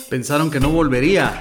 Pensaron que no volvería.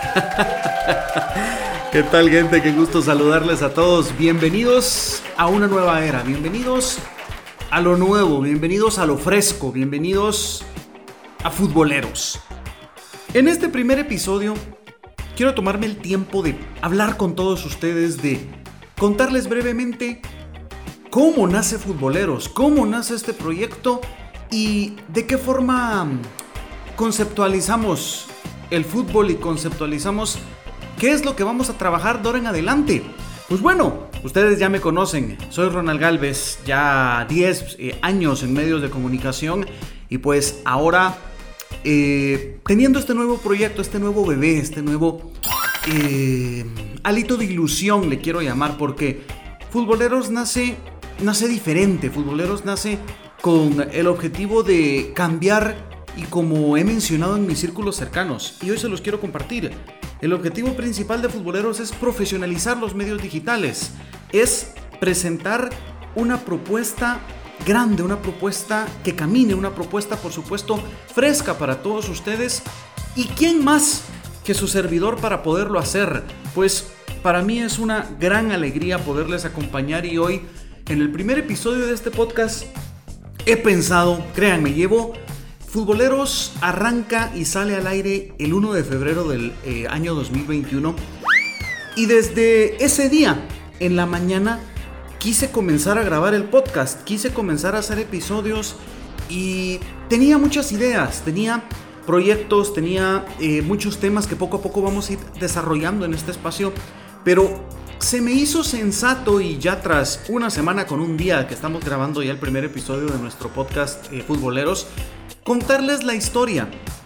¿Qué tal, gente? Qué gusto saludarles a todos. Bienvenidos a una nueva era. Bienvenidos a lo nuevo. Bienvenidos a lo fresco. Bienvenidos a futboleros. En este primer episodio quiero tomarme el tiempo de hablar con todos ustedes, de contarles brevemente cómo nace Futboleros, cómo nace este proyecto y de qué forma conceptualizamos el fútbol y conceptualizamos qué es lo que vamos a trabajar de ahora en adelante. Pues bueno, ustedes ya me conocen, soy Ronald Galvez, ya 10 años en medios de comunicación y pues ahora teniendo este nuevo proyecto, este nuevo bebé, este nuevo hálito de ilusión le quiero llamar, porque Futboleros nace diferente. Futboleros nace con el objetivo de cambiar, y como he mencionado en mis círculos cercanos, y hoy se los quiero compartir, el objetivo principal de Futboleros es profesionalizar los medios digitales, es presentar una propuesta grande, una propuesta que camine, una propuesta por supuesto fresca para todos ustedes. ¿Y quién más que su servidor para poderlo hacer? Pues para mí es una gran alegría poderles acompañar, y hoy en el primer episodio de este podcast he pensado, créanme, Futboleros arranca y sale al aire el 1 de febrero del año 2021, y desde ese día en la mañana quise comenzar a grabar el podcast, quise comenzar a hacer episodios y tenía muchas ideas, tenía proyectos, tenía muchos temas que poco a poco vamos a ir desarrollando en este espacio, pero se me hizo sensato, y ya tras una semana con un día que estamos grabando ya el primer episodio de nuestro podcast Futboleros, contarles la historia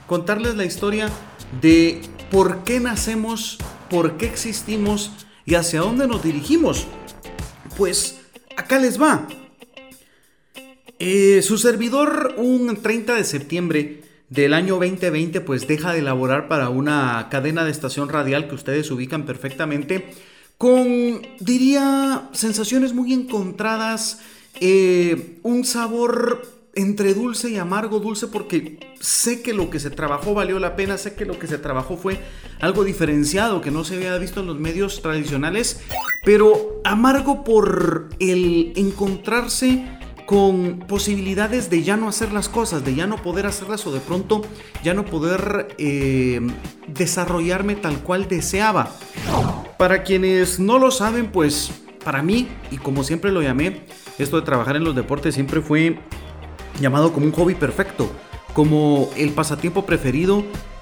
de por qué nacemos, por qué existimos y hacia dónde nos dirigimos. Pues acá les va. Su servidor, un 30 de septiembre del año 2020, pues deja de laborar para una cadena de estación radial que ustedes ubican perfectamente, con, diría, sensaciones muy encontradas, un sabor entre dulce y amargo. Dulce porque sé que lo que se trabajó valió la pena, sé que lo que se trabajó fue algo diferenciado que no se había visto en los medios tradicionales, pero amargo por el encontrarse con posibilidades de ya no hacer las cosas, de ya no poder hacerlas, o de pronto ya no poder desarrollarme tal cual deseaba. Para quienes no lo saben, pues para mí, y como siempre lo llamé, esto de trabajar en los deportes siempre fue llamado como un hobby perfecto, como el pasatiempo preferido,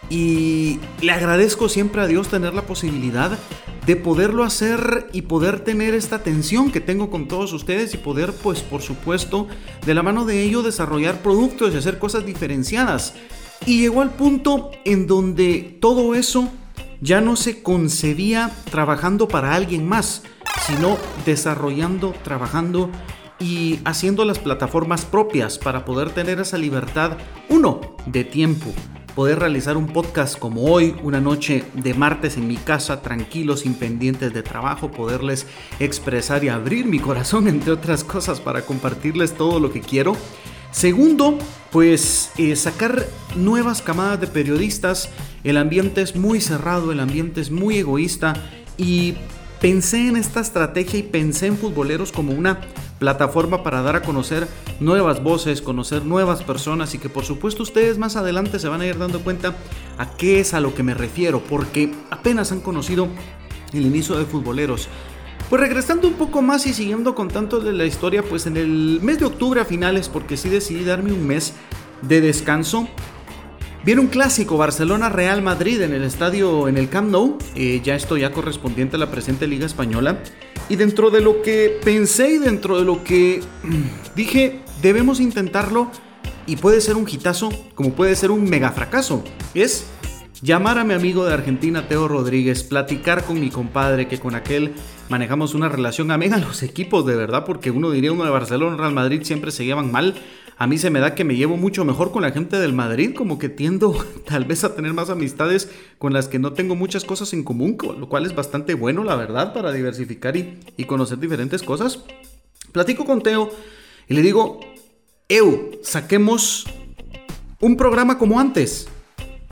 y le agradezco siempre a Dios tener la posibilidad de poderlo hacer y poder tener esta atención que tengo con todos ustedes y poder, pues por supuesto, de la mano de ello desarrollar productos y hacer cosas diferenciadas. Y llegó al punto en donde todo eso ya no se concebía trabajando para alguien más, sino desarrollando, trabajando y haciendo las plataformas propias para poder tener esa libertad, uno, de tiempo, poder realizar un podcast como hoy, una noche de martes en mi casa, tranquilo, sin pendientes de trabajo, poderles expresar y abrir mi corazón, entre otras cosas, para compartirles todo lo que quiero. Segundo, pues sacar nuevas camadas de periodistas. El ambiente es muy cerrado, el ambiente es muy egoísta, y pensé en esta estrategia y pensé en Futboleros como una plataforma para dar a conocer nuevas voces, conocer nuevas personas, y que por supuesto ustedes más adelante se van a ir dando cuenta a qué es a lo que me refiero, porque apenas han conocido el inicio de Futboleros. Pues regresando un poco más y siguiendo contando de la historia, pues en el mes de octubre a finales, porque sí decidí darme un mes de descanso, viene un clásico, Barcelona-Real Madrid, en el estadio, en el Camp Nou, ya correspondiente a la presente Liga Española. Y dentro de lo que pensé y dentro de lo que dije, debemos intentarlo, y puede ser un hitazo como puede ser un mega fracaso, es llamar a mi amigo de Argentina, Teo Rodríguez, platicar con mi compadre, que con aquel manejamos una relación amiga. Los equipos, de verdad, porque uno diría, uno de Barcelona, Real Madrid siempre se llevan mal. A mí se me da que me llevo mucho mejor con la gente del Madrid, como que tiendo tal vez a tener más amistades con las que no tengo muchas cosas en común, lo cual es bastante bueno, la verdad, para diversificar y conocer diferentes cosas. Platico con Teo y le digo, saquemos un programa como antes.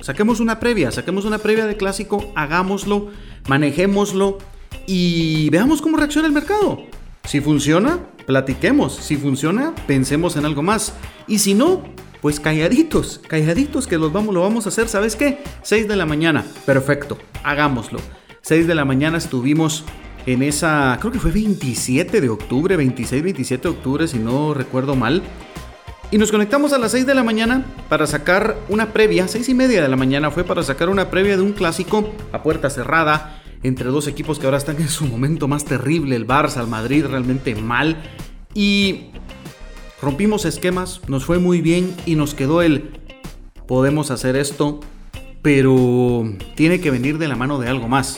saquemos una previa de clásico, hagámoslo, manejémoslo y veamos cómo reacciona el mercado. Si funciona, platiquemos. Si funciona, pensemos en algo más. Y si no, pues calladitos que lo vamos a hacer. ¿Sabes qué? 6 de la mañana. Perfecto, hagámoslo. 6 de la mañana estuvimos en esa, creo que fue 27 de octubre, 26, 27 de octubre, si no recuerdo mal. Y nos conectamos a las 6 de la mañana para sacar una previa, 6:30 de la mañana fue para sacar una previa de un clásico a puerta cerrada entre dos equipos que ahora están en su momento más terrible, el Barça, el Madrid, realmente mal. Y rompimos esquemas, nos fue muy bien y nos quedó podemos hacer esto, pero tiene que venir de la mano de algo más.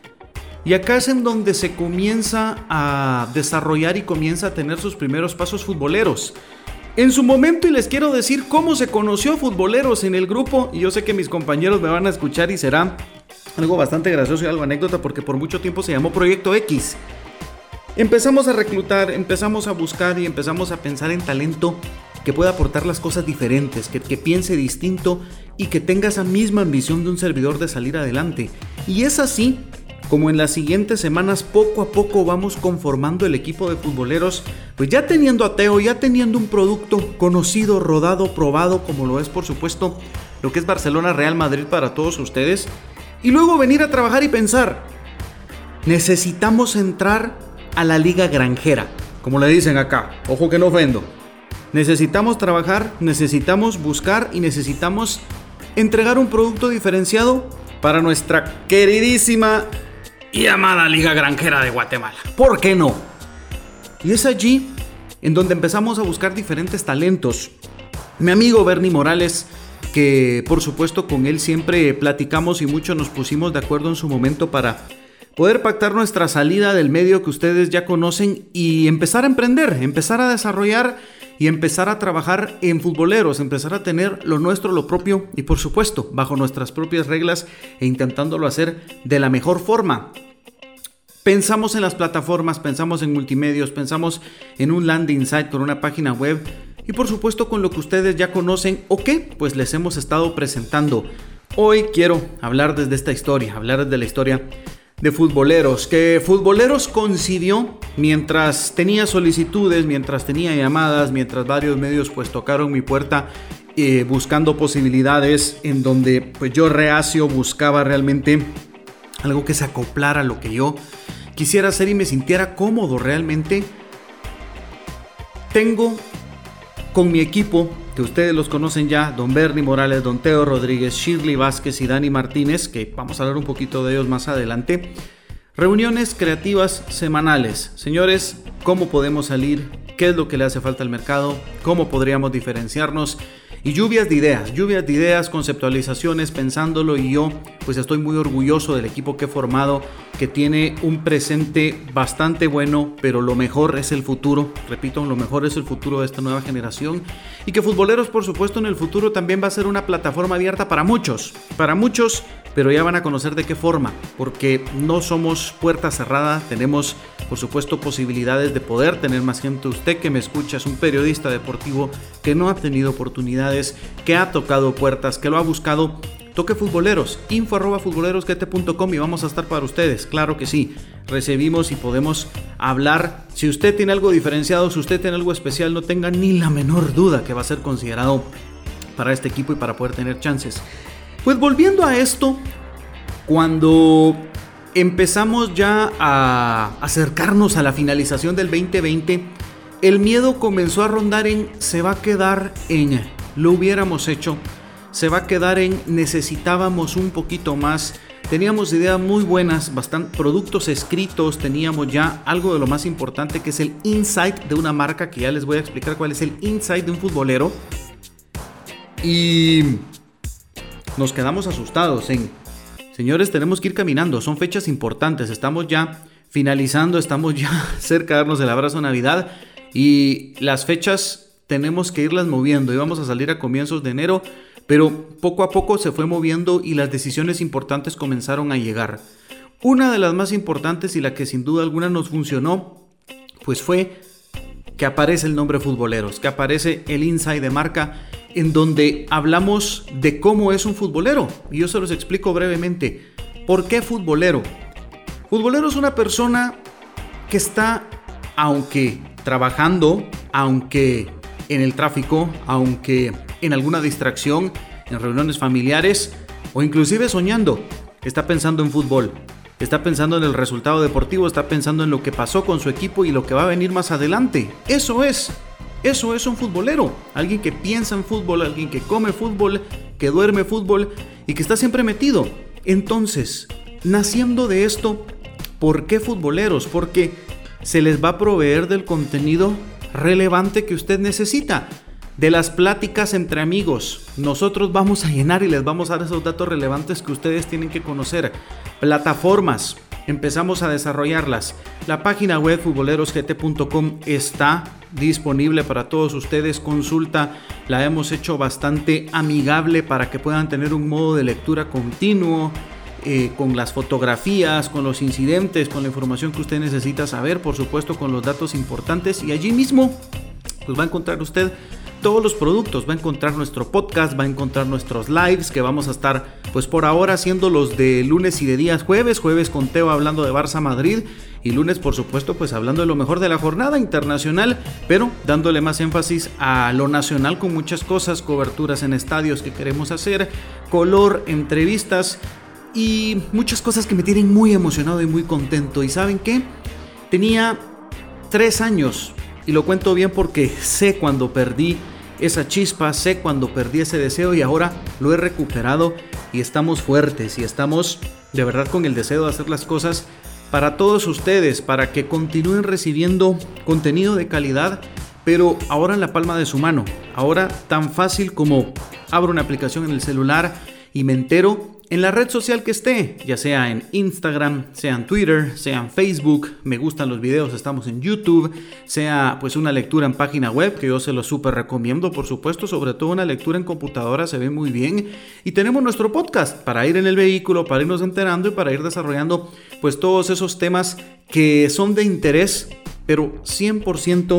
Y acá es en donde se comienza a desarrollar y comienza a tener sus primeros pasos futboleros. En su momento, y les quiero decir cómo se conoció Futboleros en el grupo, y yo sé que mis compañeros me van a escuchar y será algo bastante gracioso y algo anécdota porque por mucho tiempo se llamó Proyecto X. Empezamos a reclutar, empezamos a buscar y empezamos a pensar en talento que pueda aportar las cosas diferentes, que piense distinto y que tenga esa misma ambición de un servidor de salir adelante. Y es así como en las siguientes semanas poco a poco vamos conformando el equipo de Futboleros, pues ya teniendo a Teo, ya teniendo un producto conocido, rodado, probado, como lo es por supuesto lo que es Barcelona, Real Madrid para todos ustedes. Y luego venir a trabajar y pensar, necesitamos entrar a la liga granjera, como le dicen acá, ojo que no ofendo. Necesitamos trabajar, necesitamos buscar y necesitamos entregar un producto diferenciado para nuestra queridísima y amada Liga Granjera de Guatemala. ¿Por qué no? Y es allí en donde empezamos a buscar diferentes talentos. Mi amigo Bernie Morales, que por supuesto con él siempre platicamos y mucho nos pusimos de acuerdo en su momento para poder pactar nuestra salida del medio que ustedes ya conocen y empezar a emprender, empezar a desarrollar y empezar a trabajar en Futboleros, empezar a tener lo nuestro, lo propio y por supuesto bajo nuestras propias reglas e intentándolo hacer de la mejor forma. Pensamos en las plataformas, pensamos en multimedios, pensamos en un landing site con una página web y por supuesto con lo que ustedes ya conocen o que pues les hemos estado presentando. Hoy quiero hablar desde esta historia, hablar desde la historia de Futboleros, que Futboleros concibió mientras tenía solicitudes, mientras tenía llamadas, mientras varios medios pues tocaron mi puerta buscando posibilidades en donde pues yo reacio buscaba realmente algo que se acoplara a lo que yo quisiera hacer y me sintiera cómodo realmente. Tengo con mi equipo, que ustedes los conocen ya, don Bernie Morales, don Teo Rodríguez, Shirley Vázquez y Dani Martínez, que vamos a hablar un poquito de ellos más adelante, reuniones creativas semanales. Señores, ¿cómo podemos salir? ¿Qué es lo que le hace falta al mercado? ¿Cómo podríamos diferenciarnos? Y lluvias de ideas, conceptualizaciones, pensándolo, y yo pues estoy muy orgulloso del equipo que he formado, que tiene un presente bastante bueno, pero lo mejor es el futuro, repito, lo mejor es el futuro de esta nueva generación, y que Futboleros por supuesto en el futuro también va a ser una plataforma abierta para muchos, pero ya van a conocer de qué forma, porque no somos puerta cerrada, tenemos por supuesto posibilidades de poder tener más gente. Usted que me escucha es un periodista deportivo que no ha tenido oportunidades, que ha tocado puertas, que lo ha buscado. Toque Futboleros, info@futbolerosgt.com y vamos a estar para ustedes, claro que sí. Recibimos y podemos hablar. Si usted tiene algo diferenciado, si usted tiene algo especial, no tenga ni la menor duda que va a ser considerado para este equipo y para poder tener chances. Pues volviendo a esto, cuando empezamos ya a acercarnos a la finalización del 2020, el miedo comenzó a rondar en se va a quedar en lo hubiéramos hecho, se va a quedar en necesitábamos un poquito más. Teníamos ideas muy buenas, bastante productos escritos, teníamos ya algo de lo más importante que es el insight de una marca, que ya les voy a explicar cuál es el insight de un futbolero. Y nos quedamos asustados en, señores, tenemos que ir caminando, son fechas importantes, estamos ya finalizando, estamos ya cerca de darnos el abrazo de Navidad y las fechas tenemos que irlas moviendo. Íbamos a salir a comienzos de enero, pero poco a poco se fue moviendo y las decisiones importantes comenzaron a llegar. Una de las más importantes y la que sin duda alguna nos funcionó, pues fue que aparece el nombre Futboleros, que aparece el insight de marca en donde hablamos de cómo es un futbolero. Y yo se los explico brevemente. ¿Por qué futbolero? Futbolero es una persona que está, aunque trabajando, aunque en el tráfico, aunque en alguna distracción, en reuniones familiares o inclusive soñando, está pensando en fútbol. Está pensando en el resultado deportivo, está pensando en lo que pasó con su equipo y lo que va a venir más adelante. Eso es un futbolero. Alguien que piensa en fútbol, alguien que come fútbol, que duerme fútbol y que está siempre metido. Entonces, naciendo de esto, ¿por qué futboleros? Porque se les va a proveer del contenido relevante que usted necesita. De las pláticas entre amigos, nosotros vamos a llenar y les vamos a dar esos datos relevantes que ustedes tienen que conocer. Plataformas, empezamos a desarrollarlas. La página web futbolerosgt.com está disponible para todos ustedes. Consulta, la hemos hecho bastante amigable para que puedan tener un modo de lectura continuo, con las fotografías, con los incidentes, con la información que usted necesita saber, por supuesto con los datos importantes, y allí mismo pues va a encontrar usted todos los productos, va a encontrar nuestro podcast, va a encontrar nuestros lives que vamos a estar pues por ahora haciendo los de lunes y de días jueves con Teo hablando de Barça Madrid y lunes por supuesto pues hablando de lo mejor de la jornada internacional, pero dándole más énfasis a lo nacional con muchas cosas, coberturas en estadios que queremos hacer, color, entrevistas y muchas cosas que me tienen muy emocionado y muy contento. ¿Y saben qué? Tenía 3 años y lo cuento bien porque sé cuando perdí esa chispa, sé cuando perdí ese deseo y ahora lo he recuperado y estamos fuertes y estamos de verdad con el deseo de hacer las cosas para todos ustedes, para que continúen recibiendo contenido de calidad, pero ahora en la palma de su mano, ahora tan fácil como abro una aplicación en el celular y me entero en la red social que esté, ya sea en Instagram, sea en Twitter, sea en Facebook, me gustan los videos, estamos en YouTube, sea pues una lectura en página web, que yo se lo súper recomiendo, por supuesto, sobre todo una lectura en computadora, se ve muy bien, y tenemos nuestro podcast para ir en el vehículo, para irnos enterando y para ir desarrollando pues todos esos temas que son de interés, pero 100%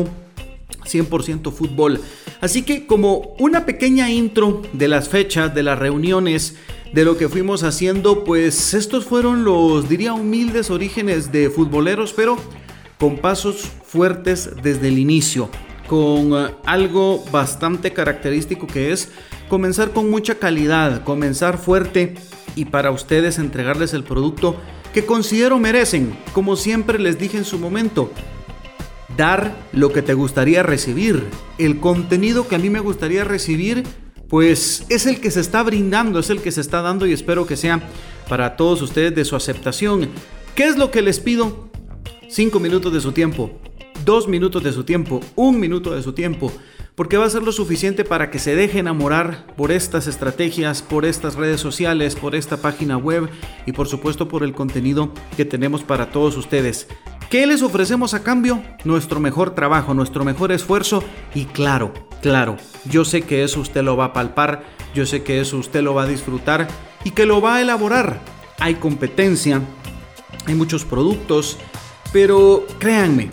fútbol. Así que como una pequeña intro de las fechas, de las reuniones, de lo que fuimos haciendo, pues estos fueron los, diría, humildes orígenes de futboleros, pero con pasos fuertes desde el inicio, con algo bastante característico que es comenzar con mucha calidad, comenzar fuerte y para ustedes entregarles el producto que considero merecen, como siempre les dije en su momento. Dar lo que te gustaría recibir, el contenido que a mí me gustaría recibir, pues es el que se está brindando, es el que se está dando y espero que sea para todos ustedes de su aceptación. ¿Qué es lo que les pido? 5 minutos de su tiempo, 2 minutos de su tiempo, 1 minuto de su tiempo, porque va a ser lo suficiente para que se deje enamorar por estas estrategias, por estas redes sociales, por esta página web y por supuesto por el contenido que tenemos para todos ustedes. ¿Qué les ofrecemos a cambio? Nuestro mejor trabajo, nuestro mejor esfuerzo y claro, yo sé que eso usted lo va a palpar, yo sé que eso usted lo va a disfrutar y que lo va a elaborar. Hay competencia, hay muchos productos, pero créanme,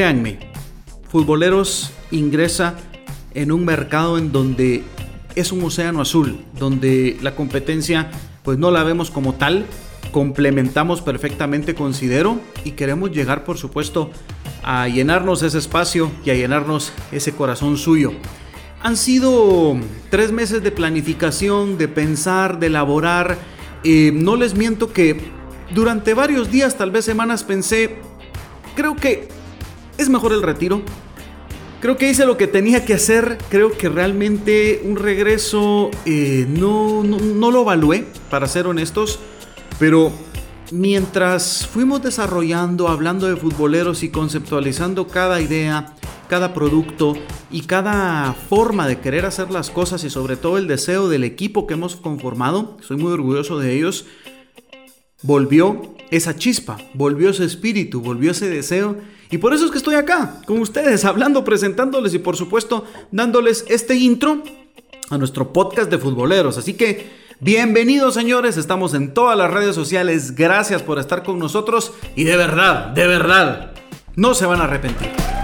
Futboleros ingresa en un mercado en donde es un océano azul, donde la competencia pues no la vemos como tal, complementamos perfectamente, considero, y queremos llegar por supuesto a llenarnos ese espacio y a llenarnos ese corazón suyo. Han sido 3 meses de planificación, de pensar, de elaborar. No les miento que durante varios días, tal vez semanas, pensé, creo que es mejor el retiro. Creo que hice lo que tenía que hacer. Creo que realmente un regreso no lo evalué, para ser honestos. Pero mientras fuimos desarrollando, hablando de futboleros y conceptualizando cada idea, cada producto y cada forma de querer hacer las cosas y sobre todo el deseo del equipo que hemos conformado, soy muy orgulloso de ellos, volvió esa chispa, volvió ese espíritu, volvió ese deseo y por eso es que estoy acá con ustedes hablando, presentándoles y por supuesto dándoles este intro a nuestro podcast de futboleros. Así que bienvenidos señores, estamos en todas las redes sociales, gracias por estar con nosotros y de verdad, no se van a arrepentir.